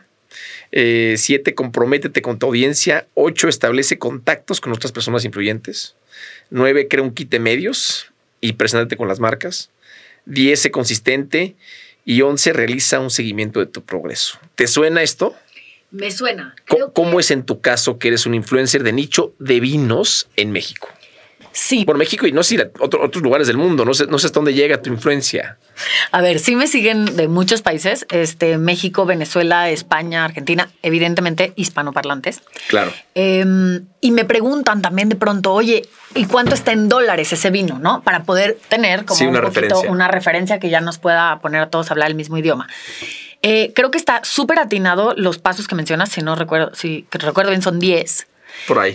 7, comprométete con tu audiencia. 8, establece contactos con otras personas influyentes. 9, crea un kit de medios y preséntate con las marcas. 10, sé consistente. Y 11, realiza un seguimiento de tu progreso. ¿Te suena esto? Me suena. ¿Cómo es en tu caso que eres un influencer de nicho de vinos en México? Sí. Por México y no sé, otros lugares del mundo. No sé hasta dónde llega tu influencia. A ver, sí me siguen de muchos países. México, Venezuela, España, Argentina, evidentemente hispanoparlantes. Claro. Y me preguntan también de pronto, oye, ¿y cuánto está en dólares ese vino? ¿No? Para poder tener como una referencia que ya nos pueda poner a todos a hablar el mismo idioma. Creo que está súper atinado los pasos que mencionas. Si recuerdo bien, son 10. Por ahí.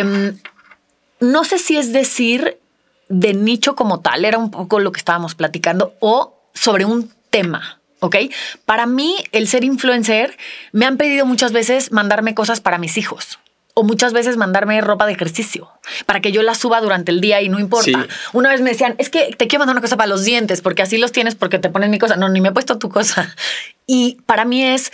No sé si es decir de nicho como tal, era un poco lo que estábamos platicando, o sobre un tema, ¿ok? Para mí, el ser influencer, me han pedido muchas veces mandarme cosas para mis hijos. O muchas veces mandarme ropa de ejercicio para que yo la suba durante el día y no importa. Sí. Una vez me decían, es que te quiero mandar una cosa para los dientes porque así los tienes porque te ponen mi cosa. No, ni me he puesto tu cosa. Y para mí es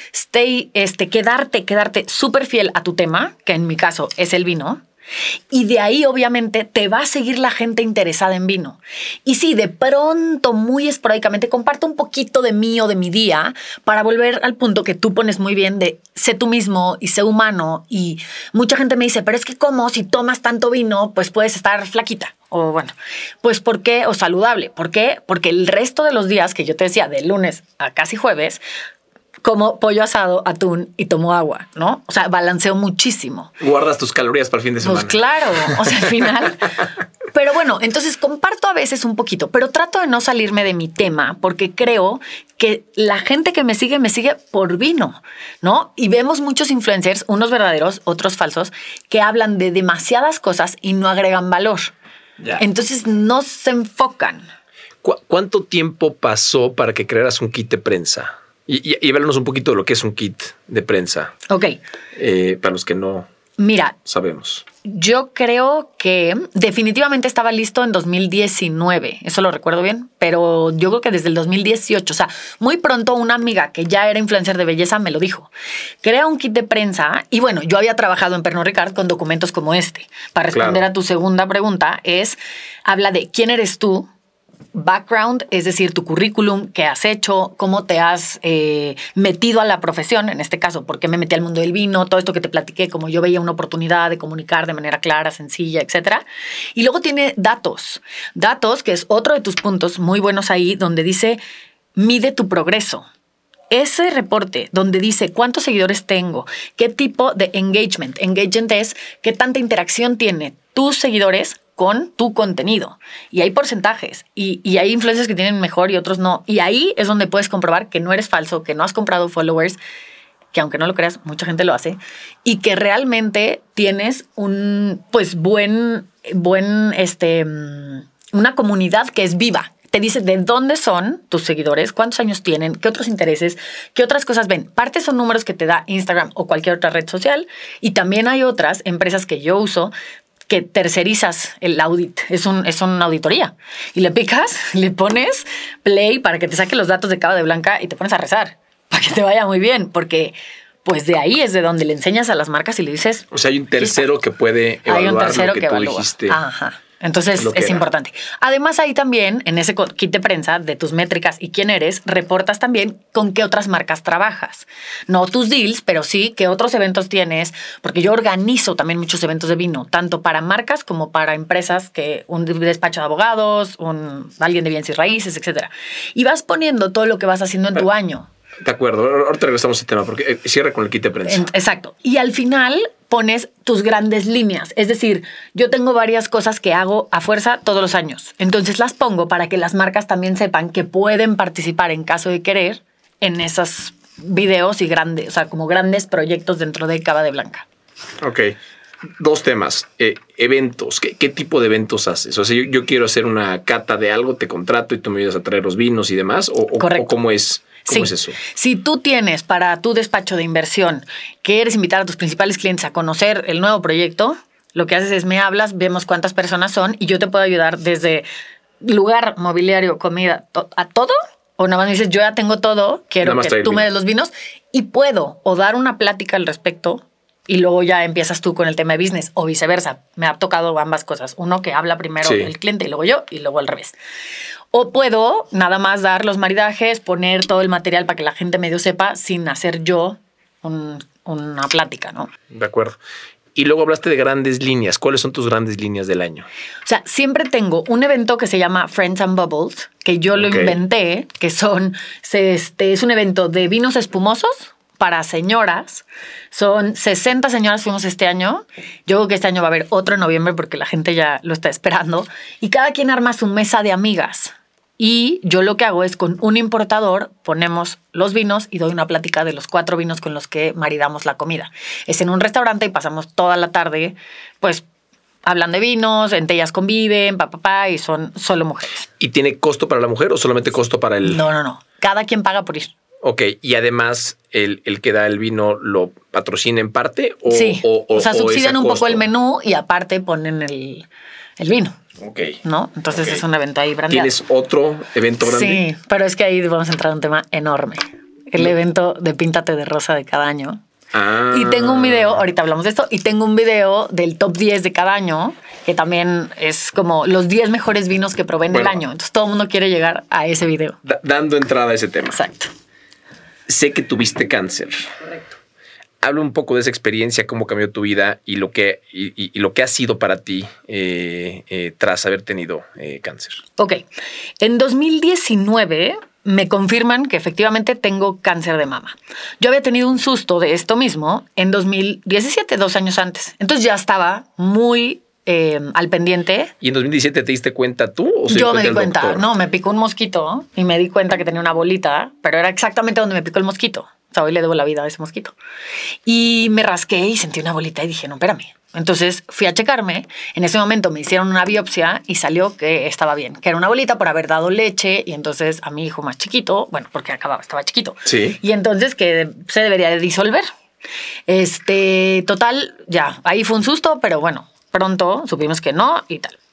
quedarte súper fiel a tu tema, que en mi caso es el vino. Y de ahí, obviamente, te va a seguir la gente interesada en vino. Y sí, de pronto, muy esporádicamente, comparto un poquito de mí o de mi día para volver al punto que tú pones muy bien de sé tú mismo y sé humano. Y mucha gente me dice, pero es que ¿cómo? Si tomas tanto vino, pues puedes estar flaquita. O bueno, pues ¿por qué? O saludable. ¿Por qué? Porque el resto de los días que yo te decía, de lunes a casi jueves, como pollo asado, atún y tomo agua, ¿no? O sea, balanceo muchísimo. Guardas tus calorías para el fin de semana. Pues claro, o sea, al final. Pero bueno, entonces comparto a veces un poquito, pero trato de no salirme de mi tema porque creo que la gente que me sigue por vino, ¿no? Y vemos muchos influencers, unos verdaderos, otros falsos, que hablan de demasiadas cosas y no agregan valor. Ya. Entonces no se enfocan. ¿Cuánto tiempo pasó para que crearas un kit de prensa? Y háblanos un poquito de lo que es un kit de prensa. Ok. Para los que no sabemos. Yo creo que definitivamente estaba listo en 2019. Eso lo recuerdo bien. Pero yo creo que desde el 2018. O sea, muy pronto una amiga que ya era influencer de belleza me lo dijo. Crea un kit de prensa. Y bueno, yo había trabajado en Pernod Ricard con documentos como este. Para responder a tu segunda pregunta habla de quién eres tú. Background, es decir, tu currículum, qué has hecho, cómo te has metido a la profesión, en este caso, por qué me metí al mundo del vino, todo esto que te platiqué, como yo veía una oportunidad de comunicar de manera clara, sencilla, etcétera. Y luego tiene datos, que es otro de tus puntos muy buenos ahí, donde dice, mide tu progreso. Ese reporte donde dice cuántos seguidores tengo, qué tipo de engagement. Engagement es qué tanta interacción tiene tus seguidores con tu contenido. Y hay porcentajes. Y hay influencers que tienen mejor y otros no. Y ahí es donde puedes comprobar que no eres falso, que no has comprado followers, que aunque no lo creas, mucha gente lo hace, y que realmente tienes un una comunidad que es viva. Te dice de dónde son tus seguidores, cuántos años tienen, qué otros intereses, qué otras cosas ven. Parte son números que te da Instagram o cualquier otra red social. Y también hay otras empresas que yo uso que tercerizas el audit. Es una auditoría. Y le picas, le pones play para que te saque los datos de Cava de Blanca y te pones a rezar para que te vaya muy bien. Porque pues de ahí es de donde le enseñas a las marcas y le dices... O sea, hay un tercero que puede evaluar lo que tú dijiste. Ajá. Entonces es importante. Además, ahí también, en ese kit de prensa de tus métricas y quién eres, reportas también con qué otras marcas trabajas. No tus deals, pero sí qué otros eventos tienes, porque yo organizo también muchos eventos de vino, tanto para marcas como para empresas, que un despacho de abogados, alguien de bienes y raíces, etcétera. Y vas poniendo todo lo que vas haciendo en tu año. De acuerdo. Ahorita regresamos al tema porque cierra con el kit de prensa. Exacto. Y al final pones tus grandes líneas. Es decir, yo tengo varias cosas que hago a fuerza todos los años. Entonces las pongo para que las marcas también sepan que pueden participar en caso de querer en esos videos y como grandes proyectos dentro de Cava de Blanca. Ok. Dos temas. Eventos. ¿Qué tipo de eventos haces? O sea, yo quiero hacer una cata de algo, te contrato y tú me ayudas a traer los vinos y demás. Correcto. ¿O cómo es? ¿Cómo es eso? Si tú tienes para tu despacho de inversión, quieres invitar a tus principales clientes a conocer el nuevo proyecto, lo que haces es me hablas, vemos cuántas personas son y yo te puedo ayudar desde lugar, mobiliario, comida, a todo. O nada más me dices, yo ya tengo todo, quiero que tú me des los vinos y puedo o dar una plática al respecto y luego ya empiezas tú con el tema de business o viceversa. Me ha tocado ambas cosas. Uno que habla primero el cliente y luego yo y luego al revés. O puedo nada más dar los maridajes, poner todo el material para que la gente medio sepa sin hacer yo una plática, ¿no? De acuerdo. Y luego hablaste de grandes líneas. ¿Cuáles son tus grandes líneas del año? O sea, siempre tengo un evento que se llama Friends and Bubbles, que yo lo inventé, que es un evento de vinos espumosos para señoras. Son 60 señoras fuimos este año. Yo creo que este año va a haber otro en noviembre porque la gente ya lo está esperando. Y cada quien arma su mesa de amigas. Y yo lo que hago es con un importador ponemos los vinos y doy una plática de los 4 vinos con los que maridamos la comida. Es en un restaurante y pasamos toda la tarde, pues, hablando de vinos, entre ellas conviven, y son solo mujeres. ¿Y tiene costo para la mujer o solamente costo para el...? No. Cada quien paga por ir. Ok, y además el que da el vino lo patrocina en parte o... Sí, o sea, subsidian un poco el menú y aparte ponen el vino. Ok. ¿No? Entonces es un evento ahí brandeado. ¿Tienes otro evento grande? Sí, pero es que ahí vamos a entrar a un tema enorme. El evento de Píntate de Rosa de cada año. Ah. Y tengo un video, ahorita hablamos de esto, y tengo un video del top 10 de cada año, que también es como los 10 mejores vinos que probé en el año. Entonces todo el mundo quiere llegar a ese video. Dando entrada a ese tema. Exacto. Sé que tuviste cáncer. Correcto. Habla un poco de esa experiencia, cómo cambió tu vida y lo que ha sido para ti tras haber tenido cáncer. Ok. En 2019 me confirman que efectivamente tengo cáncer de mama. Yo había tenido un susto de esto mismo en 2017, 2 años antes. Entonces ya estaba muy al pendiente. ¿Y en 2017 te diste cuenta tú? ¿O yo me di cuenta. Doctor? No, me picó un mosquito y me di cuenta que tenía una bolita, pero era exactamente donde me picó el mosquito. O sea, hoy le debo la vida a ese mosquito. Y me rasqué y sentí una bolita y dije, no, espérame. Entonces fui a checarme. En ese momento me hicieron una biopsia y salió que estaba bien, que era una bolita por haber dado leche. Y entonces a mi hijo más chiquito, bueno, porque estaba chiquito. Sí. Y entonces que se debería de disolver. Total, ya, ahí fue un susto, pero bueno, pronto supimos que no y tal.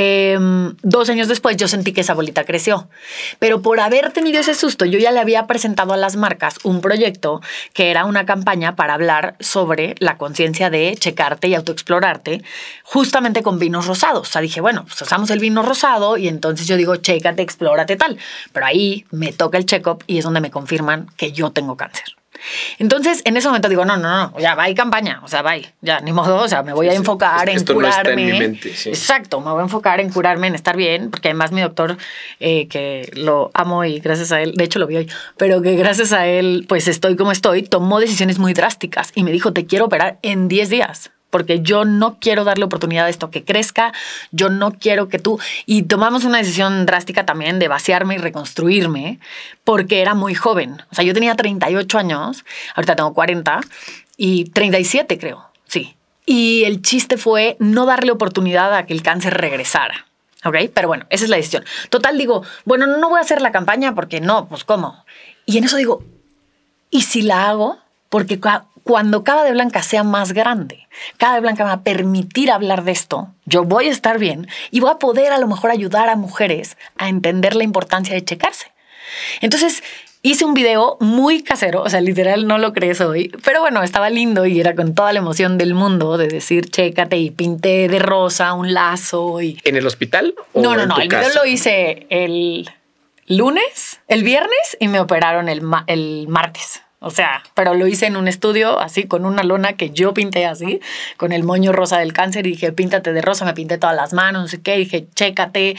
2 años después yo sentí que esa bolita creció, pero por haber tenido ese susto yo ya le había presentado a las marcas un proyecto que era una campaña para hablar sobre la conciencia de checarte y autoexplorarte justamente con vinos rosados. O sea, dije, bueno, pues usamos el vino rosado y entonces yo digo, chécate, explórate tal, pero ahí me toca el check-up y es donde me confirman que yo tengo cáncer. Entonces, en ese momento digo, no, ya va, hay campaña, o sea, va, ya, ni modo, o sea, me voy a enfocar en curarme. No está en mi mente, sí. Exacto, me voy a enfocar en curarme, en estar bien, porque además mi doctor, que lo amo y gracias a él, de hecho lo vi hoy, pero que gracias a él, pues estoy como estoy, tomó decisiones muy drásticas y me dijo, te quiero operar en 10 días. Porque yo no quiero darle oportunidad a esto que crezca, yo no quiero que tú... Y tomamos una decisión drástica también de vaciarme y reconstruirme porque era muy joven. O sea, yo tenía 38 años, ahorita tengo 40 y 37 creo, sí. Y el chiste fue no darle oportunidad a que el cáncer regresara. ¿Ok? Pero bueno, esa es la decisión. Total, digo, bueno, no voy a hacer la campaña porque no, pues ¿cómo? Y en eso digo, ¿y si la hago? Porque cuando Cava de Blanca sea más grande, Cava de Blanca me va a permitir hablar de esto, yo voy a estar bien y voy a poder a lo mejor ayudar a mujeres a entender la importancia de checarse. Entonces hice un video muy casero, o sea, literal no lo crees hoy, pero bueno, estaba lindo y era con toda la emoción del mundo de decir, chécate, y pinté de rosa un lazo. Y... ¿En el hospital? No, el video lo hice el viernes y me operaron el martes. O sea, pero lo hice en un estudio así, con una lona que yo pinté así, con el moño rosa del cáncer y dije, píntate de rosa, me pinté todas las manos, no sé qué, dije, chécate,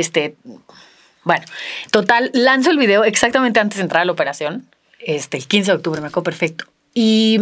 Bueno, total, lanzo el video exactamente antes de entrar a la operación, el 15 de octubre, me acuerdo perfecto. Y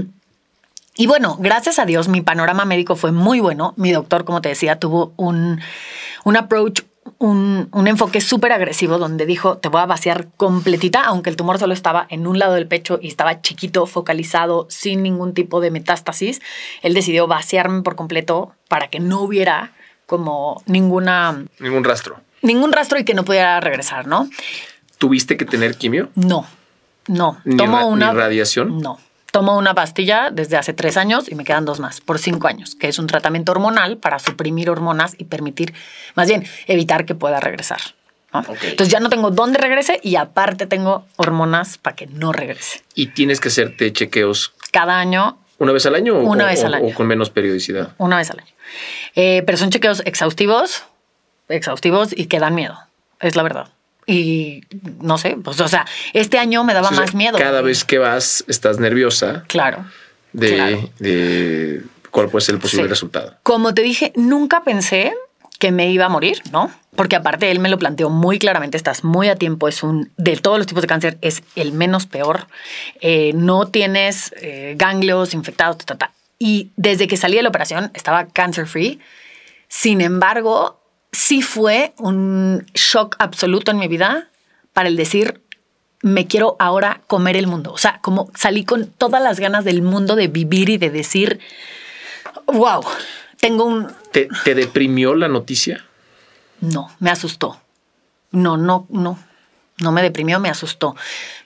bueno, gracias a Dios, mi panorama médico fue muy bueno. Mi doctor, como te decía, tuvo un approach un enfoque súper agresivo donde dijo, te voy a vaciar completita, aunque el tumor solo estaba en un lado del pecho y estaba chiquito, focalizado, sin ningún tipo de metástasis. Él decidió vaciarme por completo para que no hubiera como ningún rastro y que no pudiera regresar, ¿no? ¿Tuviste que tener quimio? No. ¿Ni radiación? No. Tomo una pastilla desde hace 3 años y me quedan 2 más, por 5 años, que es un tratamiento hormonal para suprimir hormonas y permitir, más bien, evitar que pueda regresar, ¿no? Okay. Entonces ya no tengo dónde regrese y aparte tengo hormonas para que no regrese. ¿Y tienes que hacerte chequeos? Cada año. ¿Una vez al año? Una vez al año. ¿O con menos periodicidad? Una vez al año. Pero son chequeos exhaustivos y que dan miedo, es la verdad. Y no sé, pues, o sea, este año me daba más miedo. Cada vez que vas, estás nerviosa. Claro. De cuál puede ser el posible resultado. Como te dije, nunca pensé que me iba a morir, ¿no? Porque aparte él me lo planteó muy claramente, estás muy a tiempo, de todos los tipos de cáncer, es el menos peor. No tienes ganglios infectados, Y desde que salí de la operación estaba cancer free. Sin embargo, sí fue un shock absoluto en mi vida para el decir, me quiero ahora comer el mundo. O sea, como salí con todas las ganas del mundo de vivir y de decir, wow, tengo un... ¿Te deprimió la noticia? No, me asustó. No me deprimió, me asustó.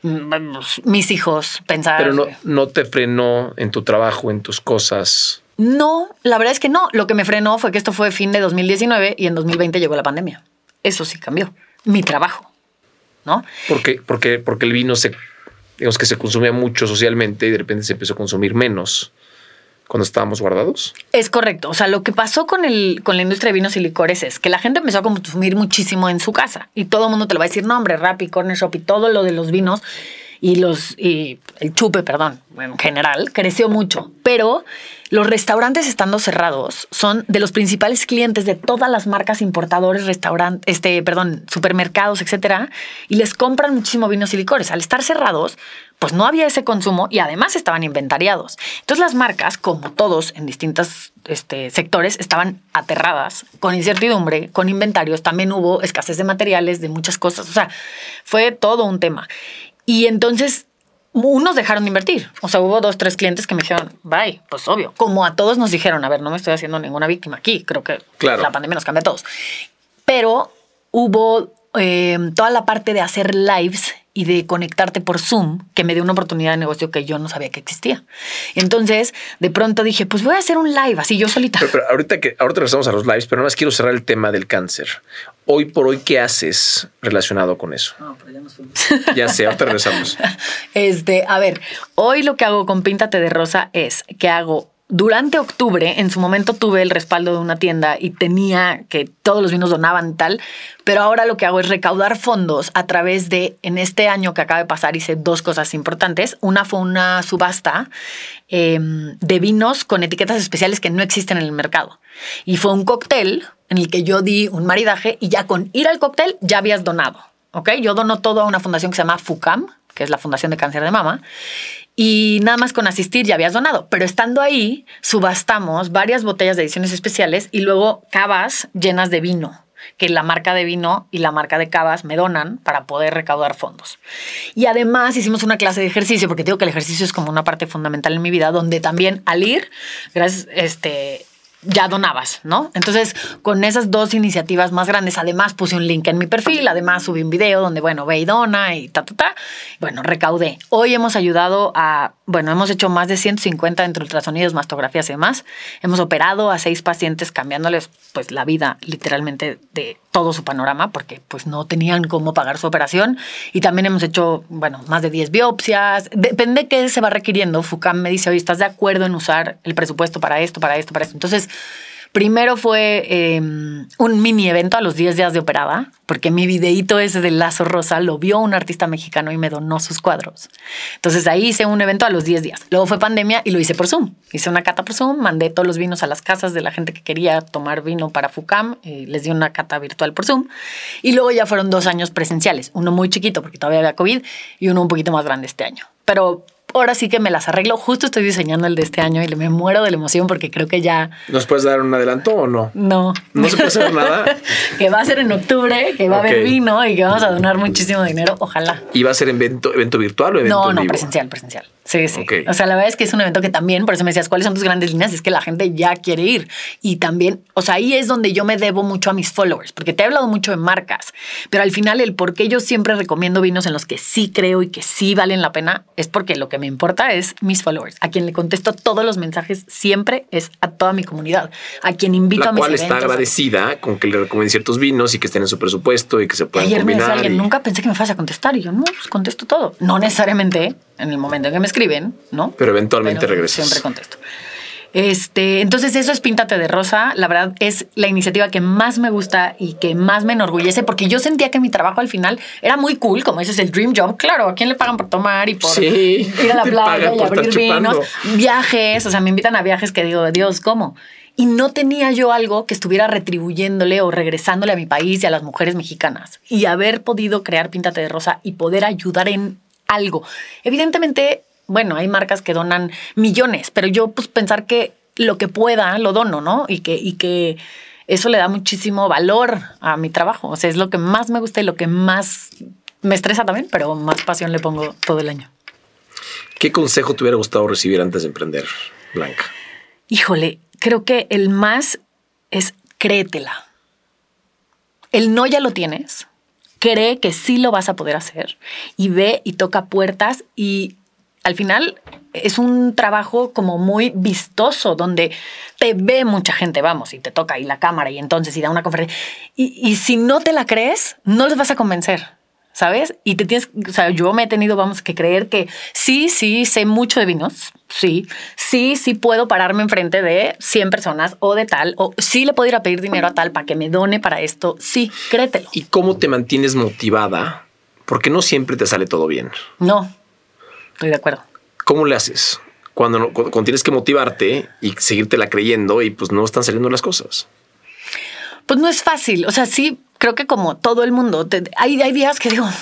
Mis hijos pensaban... Pero no te frenó en tu trabajo, en tus cosas... No, la verdad es que no. Lo que me frenó fue que esto fue fin de 2019 y en 2020 llegó la pandemia. Eso sí cambió. Mi trabajo, ¿no? Porque el vino digamos que se consumía mucho socialmente y de repente se empezó a consumir menos cuando estábamos guardados. Es correcto. O sea, lo que pasó con la industria de vinos y licores es que la gente empezó a consumir muchísimo en su casa y todo el mundo te lo va a decir, no, hombre, Rappi, Corner Shop y todo lo de los vinos y el chupe, en general, creció mucho. Pero los restaurantes estando cerrados son de los principales clientes de todas las marcas importadores, supermercados, etcétera, y les compran muchísimo vinos y licores. Al estar cerrados, pues no había ese consumo y además estaban inventariados. Entonces las marcas, como todos en distintos sectores, estaban aterradas, con incertidumbre, con inventarios. También hubo escasez de materiales, de muchas cosas. O sea, fue todo un tema. Y entonces unos dejaron de invertir. O sea, hubo 2, 3 clientes que me dijeron, bye, pues obvio. Como a todos nos dijeron, a ver, no me estoy haciendo ninguna víctima aquí. Creo que la pandemia nos cambia a todos. Pero hubo toda la parte de hacer lives y de conectarte por Zoom, que me dio una oportunidad de negocio que yo no sabía que existía. Entonces, de pronto dije, pues voy a hacer un live, así yo solita. Pero ahorita regresamos a los lives, pero nada más quiero cerrar el tema del cáncer. Hoy por hoy, ¿qué haces relacionado con eso? No, pero ya nos fuimos. Ya sé, ahorita regresamos. A ver, hoy lo que hago con Píntate de Rosa es que hago... Durante octubre, en su momento tuve el respaldo de una tienda y tenía que todos los vinos donaban y tal, pero ahora lo que hago es recaudar fondos a través de, en este año que acaba de pasar, hice 2 cosas importantes. Una fue una subasta de vinos con etiquetas especiales que no existen en el mercado. Y fue un cóctel en el que yo di un maridaje y ya con ir al cóctel ya habías donado, ¿ok? Yo dono todo a una fundación que se llama FUCAM, que es la Fundación de Cáncer de Mama. Y nada más con asistir ya habías donado. Pero estando ahí, subastamos varias botellas de ediciones especiales y luego cavas llenas de vino, que la marca de vino y la marca de cavas me donan para poder recaudar fondos. Y además hicimos una clase de ejercicio, porque digo que el ejercicio es como una parte fundamental en mi vida, donde también al ir, gracias, ya donabas, ¿no? Entonces, con esas 2 iniciativas más grandes, además puse un link en mi perfil, además subí un video donde, ve y dona y Bueno, recaudé. Hoy hemos ayudado hemos hecho más de 150 entre ultrasonidos, mastografías y demás. Hemos operado a 6 pacientes cambiándoles, pues, la vida literalmente de todo su panorama porque, pues, no tenían cómo pagar su operación. Y también hemos hecho, más de 10 biopsias. Depende de qué se va requiriendo. FUCAM me dice, oye, ¿estás de acuerdo en usar el presupuesto para esto, para esto, para esto? Entonces, primero fue un mini evento a los 10 días de operada, porque mi videíto ese del lazo rosa lo vio un artista mexicano y me donó sus cuadros. Entonces ahí hice un evento a los 10 días. Luego fue pandemia y lo hice por Zoom. Hice una cata por Zoom, mandé todos los vinos a las casas de la gente que quería tomar vino para FUCAM y les di una cata virtual por Zoom. Y luego ya fueron 2 años presenciales, uno muy chiquito porque todavía había COVID y uno un poquito más grande este año. Pero ahora sí que me las arreglo. Justo estoy diseñando el de este año y me muero de la emoción porque creo que ya... ¿Nos puedes dar un adelanto o no? No. ¿No se puede saber nada? Que va a ser en octubre, que va a haber vino y que vamos a donar muchísimo dinero. Ojalá. ¿Y va a ser evento virtual o evento en vivo? No, presencial. Sí. Okay. O sea, la verdad es que es un evento que también, por eso me decías, ¿cuáles son tus grandes líneas? Es que la gente ya quiere ir. Y también, o sea, ahí es donde yo me debo mucho a mis followers, porque te he hablado mucho de marcas, pero al final el por qué yo siempre recomiendo vinos en los que sí creo y que sí valen la pena es porque lo que me importa es mis followers. A quien le contesto todos los mensajes siempre es a toda mi comunidad, a quien invito a mis eventos. La cual está agradecida con que le recomienden ciertos vinos y que estén en su presupuesto y que se puedan ayer combinar. Me decía alguien, nunca pensé que me fueras a contestar. Y yo, no, pues contesto todo. No necesariamente en el momento en que me escriben, ¿no? Pero eventualmente regresas. Siempre contesto. Entonces eso es Píntate de Rosa. La verdad es la iniciativa que más me gusta y que más me enorgullece porque yo sentía que mi trabajo al final era muy cool, como dices, el dream job. Claro, ¿a quién le pagan por tomar y por ir a la playa y abrir vinos? Viajes, o sea, me invitan a viajes que digo, Dios, ¿cómo? Y no tenía yo algo que estuviera retribuyéndole o regresándole a mi país y a las mujeres mexicanas. Y haber podido crear Píntate de Rosa y poder ayudar en algo. Evidentemente, bueno, hay marcas que donan millones, pero yo pues pensar que lo que pueda lo dono, ¿no? Y que eso le da muchísimo valor a mi trabajo. O sea, es lo que más me gusta y lo que más me estresa también, pero más pasión le pongo todo el año. ¿Qué consejo te hubiera gustado recibir antes de emprender, Blanca? Híjole, creo que el más es créetela. El no ya lo tienes. Cree que sí lo vas a poder hacer y ve y toca puertas y al final es un trabajo como muy vistoso donde te ve mucha gente, vamos, y te toca ahí la cámara y entonces y da una conferencia y si no te la crees, no les vas a convencer, ¿sabes? Y te tienes, o sea, yo me he tenido, vamos, que creer que sí, sé mucho de vinos, sí puedo pararme enfrente de 100 personas o de tal, o sí le puedo ir a pedir dinero a tal para que me done para esto, sí, créetelo. ¿Y cómo te mantienes motivada? Porque no siempre te sale todo bien. No, estoy de acuerdo. ¿Cómo le haces cuando tienes que motivarte y seguírtela creyendo y pues no están saliendo las cosas? Pues no es fácil, o sea, sí, creo que como todo el mundo, hay días que digo,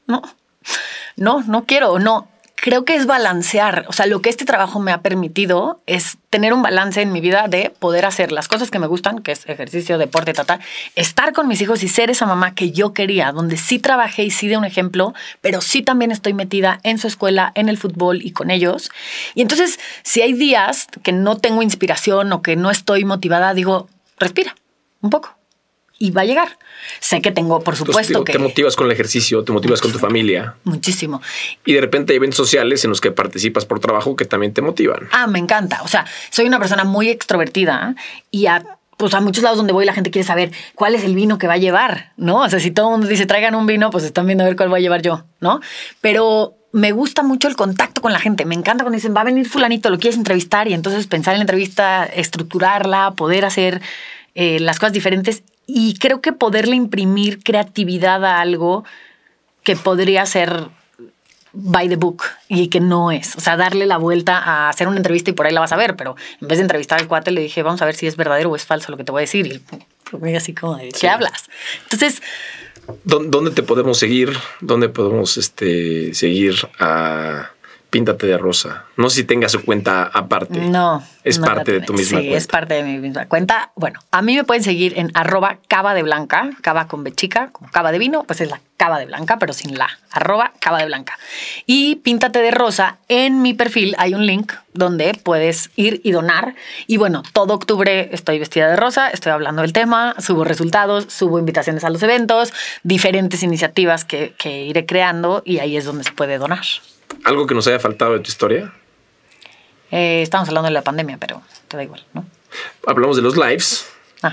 no quiero, no. Creo que es balancear. O sea, lo que este trabajo me ha permitido es tener un balance en mi vida de poder hacer las cosas que me gustan, que es ejercicio, deporte, estar con mis hijos y ser esa mamá que yo quería, donde sí trabajé y sí de un ejemplo, pero sí también estoy metida en su escuela, en el fútbol y con ellos. Y entonces, si hay días que no tengo inspiración o que no estoy motivada, digo, respira un poco. Y va a llegar. Sé que tengo, por supuesto, te motivas con el ejercicio, te motivas con tu familia. Muchísimo. Y de repente hay eventos sociales en los que participas por trabajo que también te motivan. Me encanta. O sea, soy una persona muy extrovertida y a muchos lados donde voy la gente quiere saber cuál es el vino que va a llevar, ¿no? O sea, si todo el mundo dice traigan un vino, pues están viendo a ver cuál voy a llevar yo, ¿no? Pero me gusta mucho el contacto con la gente. Me encanta cuando dicen va a venir fulanito, lo quieres entrevistar y entonces pensar en la entrevista, estructurarla, poder hacer las cosas diferentes. Y creo que poderle imprimir creatividad a algo que podría ser by the book y que no es. O sea, darle la vuelta a hacer una entrevista y por ahí la vas a ver. Pero en vez de entrevistar al cuate, le dije, vamos a ver si es verdadero o es falso lo que te voy a decir. Y me así como de, ¿qué hablas? Entonces... ¿Dónde te podemos seguir? ¿Dónde podemos seguir a Píntate de Rosa? No sé si tenga su cuenta aparte. No. Es parte de tu misma cuenta. Sí, es parte de mi misma cuenta. Bueno, a mí me pueden seguir en @cava de blanca, cava con B chica, como cava de vino, pues es la cava de blanca, pero sin la, @cava de blanca. Y Píntate de Rosa, en mi perfil hay un link donde puedes ir y donar. Y bueno, todo octubre estoy vestida de rosa, estoy hablando del tema, subo resultados, subo invitaciones a los eventos, diferentes iniciativas que iré creando y ahí es donde se puede donar. ¿Algo que nos haya faltado de tu historia? Estamos hablando de la pandemia, pero te da igual, ¿no? Hablamos de los lives.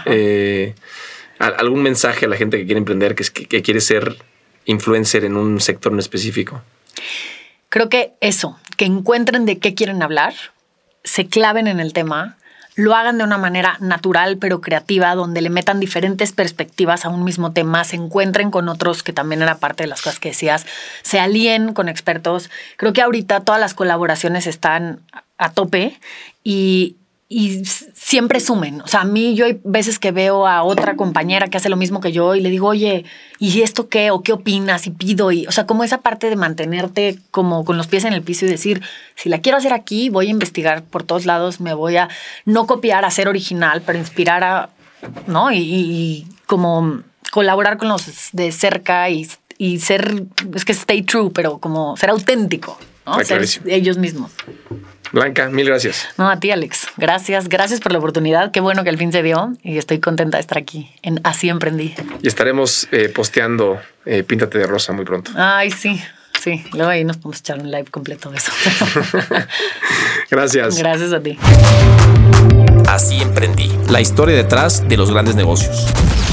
¿Algún mensaje a la gente que quiere emprender, que quiere ser influencer en un sector en específico? Creo que eso, que encuentren de qué quieren hablar, se claven en el tema, lo hagan de una manera natural pero creativa, donde le metan diferentes perspectivas a un mismo tema, se encuentren con otros, que también era parte de las cosas que decías, se alíen con expertos. Creo que ahorita todas las colaboraciones están a tope y siempre sumen. O sea, a mí yo hay veces que veo a otra compañera que hace lo mismo que yo y le digo, oye, ¿y esto qué? ¿O qué opinas? Y pido. O sea, como esa parte de mantenerte como con los pies en el piso y decir, si la quiero hacer aquí, voy a investigar por todos lados, me voy a no copiar, a ser original, pero inspirar a, ¿no? Y como colaborar con los de cerca y ser, es que stay true, pero como ser auténtico, ¿no? Ser ellos mismos. Blanca, mil gracias. No, a ti, Alex. Gracias por la oportunidad. Qué bueno que al fin se dio y estoy contenta de estar aquí en Así Emprendí. Y estaremos posteando Píntate de Rosa muy pronto. Ay, sí. Luego ahí nos podemos echar un live completo de eso. Gracias. Gracias a ti. Así Emprendí. La historia detrás de los grandes negocios.